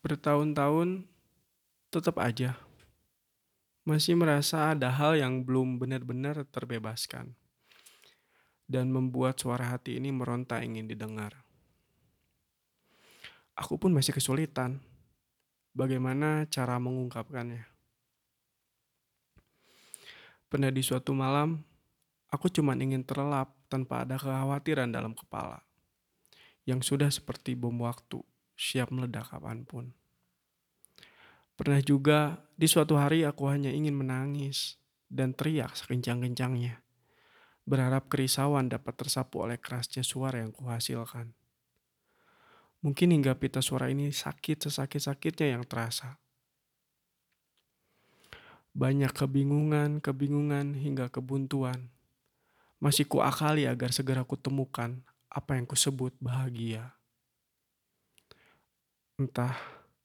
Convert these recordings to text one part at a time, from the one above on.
Bertahun-tahun tetap aja masih merasa ada hal yang belum benar-benar terbebaskan dan membuat suara hati ini meronta ingin didengar. Aku pun masih kesulitan bagaimana cara mengungkapkannya. Pernah di suatu malam, aku cuma ingin terlelap tanpa ada kekhawatiran dalam kepala yang sudah seperti bom waktu, siap meledak kapanpun. Pernah juga di suatu hari aku hanya ingin menangis dan teriak sekencang-kencangnya, berharap kerisauan dapat tersapu oleh kerasnya suara yang kuhasilkan. Mungkin hingga pita suara ini sakit sesakit-sakitnya yang terasa. Banyak kebingungan hingga kebuntuan. Masih kuakali agar segera kutemukan apa yang kusebut bahagia. Entah,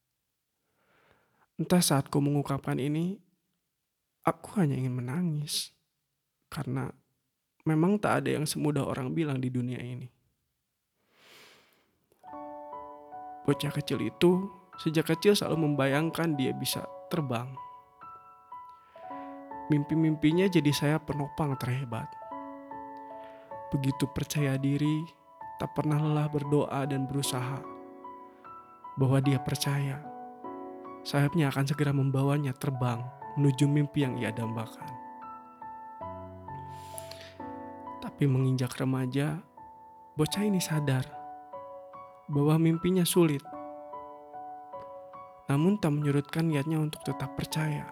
entah saat ku mengungkapkan ini, aku hanya ingin menangis. Karena memang tak ada yang semudah orang bilang di dunia ini. Bocah kecil itu sejak kecil selalu membayangkan dia bisa terbang. Mimpi-mimpinya jadi saya penopang terhebat. Begitu percaya diri, tak pernah lelah berdoa dan berusaha. Bahwa dia percaya, sayapnya akan segera membawanya terbang menuju mimpi yang ia dambakan. Tapi menginjak remaja, bocah ini sadar bahwa mimpinya sulit. Namun tak menyurutkan niatnya untuk tetap percaya.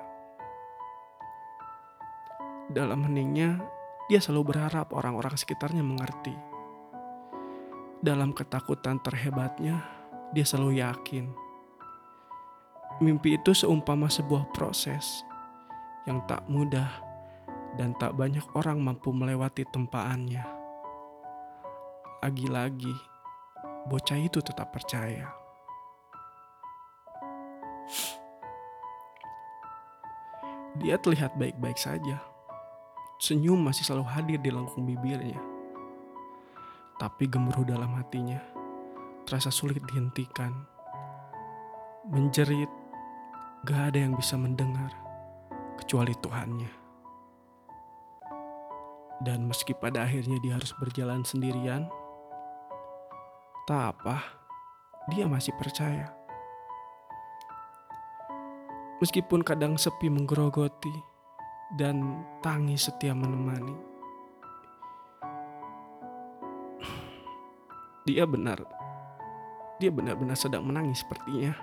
Dalam heningnya, dia selalu berharap orang-orang sekitarnya mengerti. Dalam ketakutan terhebatnya, dia selalu yakin. Mimpi itu seumpama sebuah proses yang tak mudah dan tak banyak orang mampu melewati tempaannya. Lagi-lagi, bocah itu tetap percaya. Dia terlihat baik-baik saja. Senyum masih selalu hadir di lengkung bibirnya. Tapi gemuruh dalam hatinya terasa sulit dihentikan. Menjerit, gak ada yang bisa mendengar kecuali Tuhannya. Dan meski pada akhirnya dia harus berjalan sendirian, tak apa, dia masih percaya. Meskipun kadang sepi menggerogoti dan tangis setia menemani. Dia benar-benar sedang menangis sepertinya.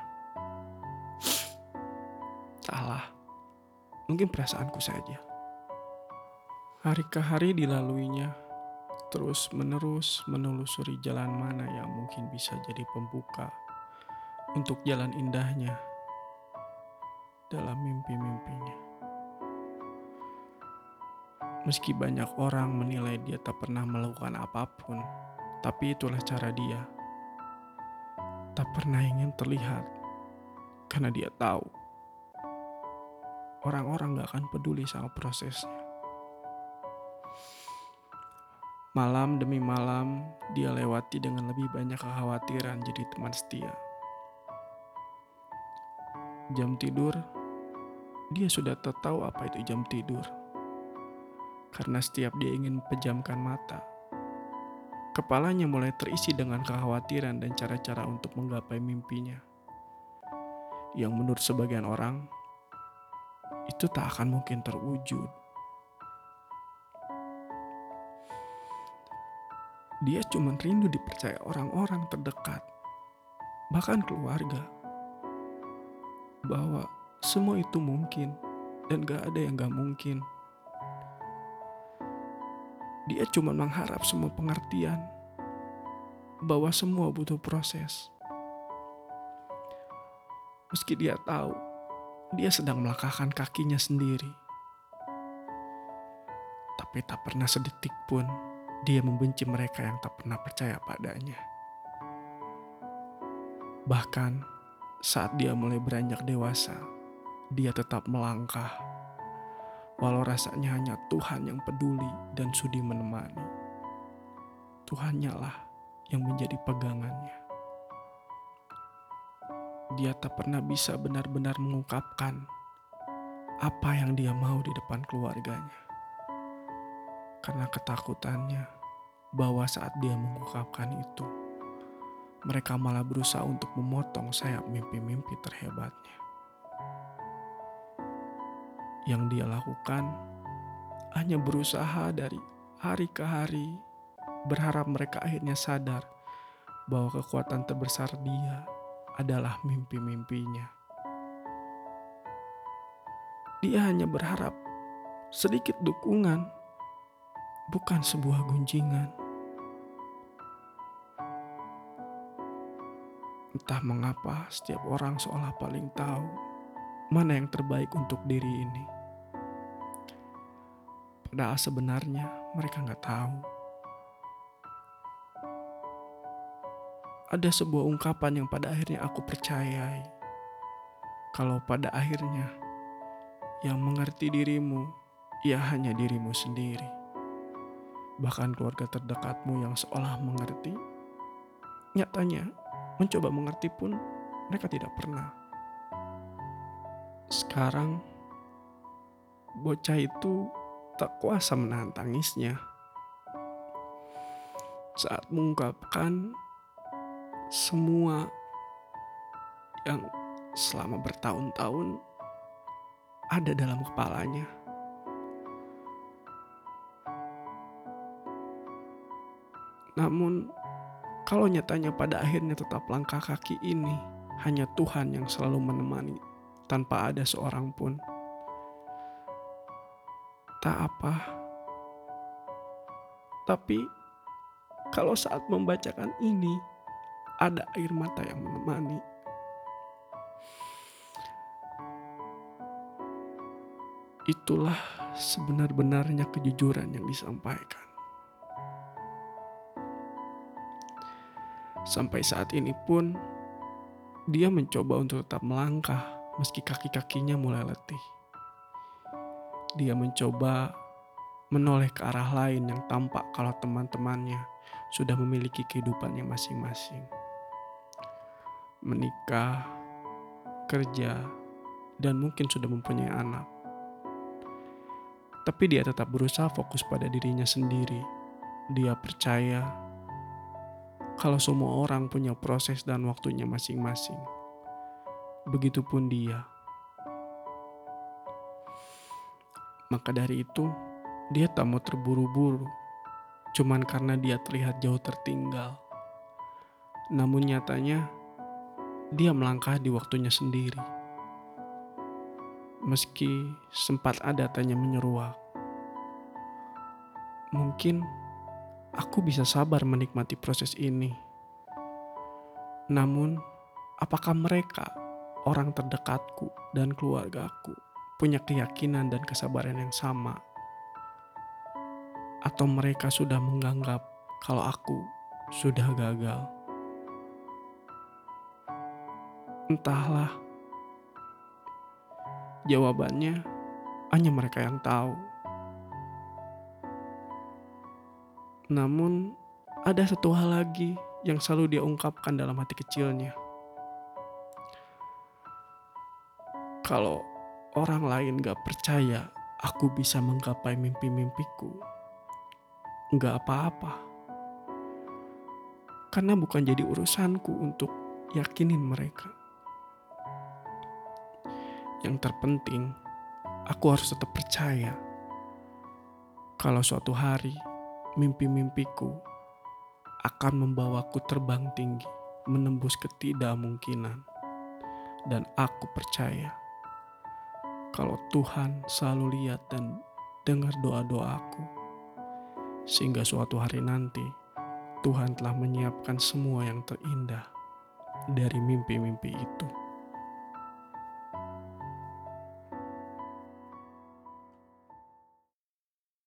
Salah, mungkin perasaanku saja. Hari ke hari dilaluinya, terus menerus menelusuri jalan mana yang mungkin bisa jadi pembuka untuk jalan indahnya dalam mimpi-mimpinya. Meski banyak orang menilai dia tak pernah melakukan apapun, tapi itulah cara dia. Tak pernah ingin terlihat, karena dia tahu orang-orang gak akan peduli sama prosesnya. Malam demi malam, dia lewati dengan lebih banyak kekhawatiran jadi teman setia. Jam tidur, dia sudah tahu apa itu jam tidur. Karena setiap dia ingin pejamkan mata, kepalanya mulai terisi dengan kekhawatiran dan cara-cara untuk menggapai mimpinya. Yang menurut sebagian orang, itu tak akan mungkin terwujud. Dia cuma rindu dipercaya orang-orang terdekat, bahkan keluarga, bahwa semua itu mungkin dan gak ada yang gak mungkin. Dia cuma mengharap semua pengertian, bahwa semua butuh proses. Meski dia tahu, dia sedang melangkahkan kakinya sendiri. Tapi tak pernah sedetik pun dia membenci mereka yang tak pernah percaya padanya. Bahkan saat dia mulai beranjak dewasa, dia tetap melangkah. Walau rasanya hanya Tuhan yang peduli dan sudi menemani. Tuhannya lah yang menjadi pegangannya. dia tak pernah bisa benar-benar mengungkapkan apa yang dia mau di depan keluarganya. Karena ketakutannya bahwa saat dia mengungkapkan itu, mereka malah berusaha untuk memotong sayap mimpi-mimpi terhebatnya. Yang dia lakukan hanya berusaha dari hari ke hari, berharap mereka akhirnya sadar bahwa kekuatan terbesar dia adalah mimpi-mimpinya. Dia hanya berharap sedikit dukungan, bukan sebuah gunjingan. Entah mengapa setiap orang seolah paling tahu mana yang terbaik untuk diri ini. Padahal sebenarnya mereka nggak tahu. Ada sebuah ungkapan yang pada akhirnya aku percayai. Kalau pada akhirnya yang mengerti dirimu, ya hanya dirimu sendiri. Bahkan keluarga terdekatmu yang seolah mengerti, nyatanya mencoba mengerti pun mereka tidak pernah. Sekarang bocah itu tak kuasa menahan tangisnya saat mengungkapkan semua yang selama bertahun-tahun ada dalam kepalanya. Namun kalau nyatanya pada akhirnya tetap langkah kaki ini hanya Tuhan yang selalu menemani tanpa ada seorang pun, tak apa. Tapi kalau saat membacakan ini ada air mata yang menemani, itulah sebenar-benarnya kejujuran yang disampaikan. Sampai saat ini pun dia mencoba untuk tetap melangkah meski kaki-kakinya mulai letih. Dia mencoba menoleh ke arah lain yang tampak kalau teman-temannya sudah memiliki kehidupannya masing-masing. Menikah, kerja, dan mungkin sudah mempunyai anak. Tapi dia tetap berusaha fokus pada dirinya sendiri. Dia percaya kalau semua orang punya proses dan waktunya masing-masing. Begitupun dia. Maka dari itu, dia tak mau terburu-buru. Cuman karena dia terlihat jauh tertinggal. Namun nyatanya, dia melangkah di waktunya sendiri. Meski sempat ada tanya menyeruak. Mungkin aku bisa sabar menikmati proses ini. Namun, apakah mereka, orang terdekatku dan keluargaku, punya keyakinan dan kesabaran yang sama? Atau mereka sudah menganggap kalau aku sudah gagal? Entahlah. Jawabannya hanya mereka yang tahu. Namun, ada satu hal lagi yang selalu dia ungkapkan dalam hati kecilnya. Kalau orang lain gak percaya aku bisa menggapai mimpi-mimpiku, gak apa-apa. Karena bukan jadi urusanku untuk yakinin mereka. Yang terpenting, aku harus tetap percaya kalau suatu hari mimpi-mimpiku akan membawaku terbang tinggi, menembus ketidakmungkinan. Dan aku percaya kalau Tuhan selalu lihat dan dengar doa-doaku. Sehingga suatu hari nanti Tuhan telah menyiapkan semua yang terindah dari mimpi-mimpi itu.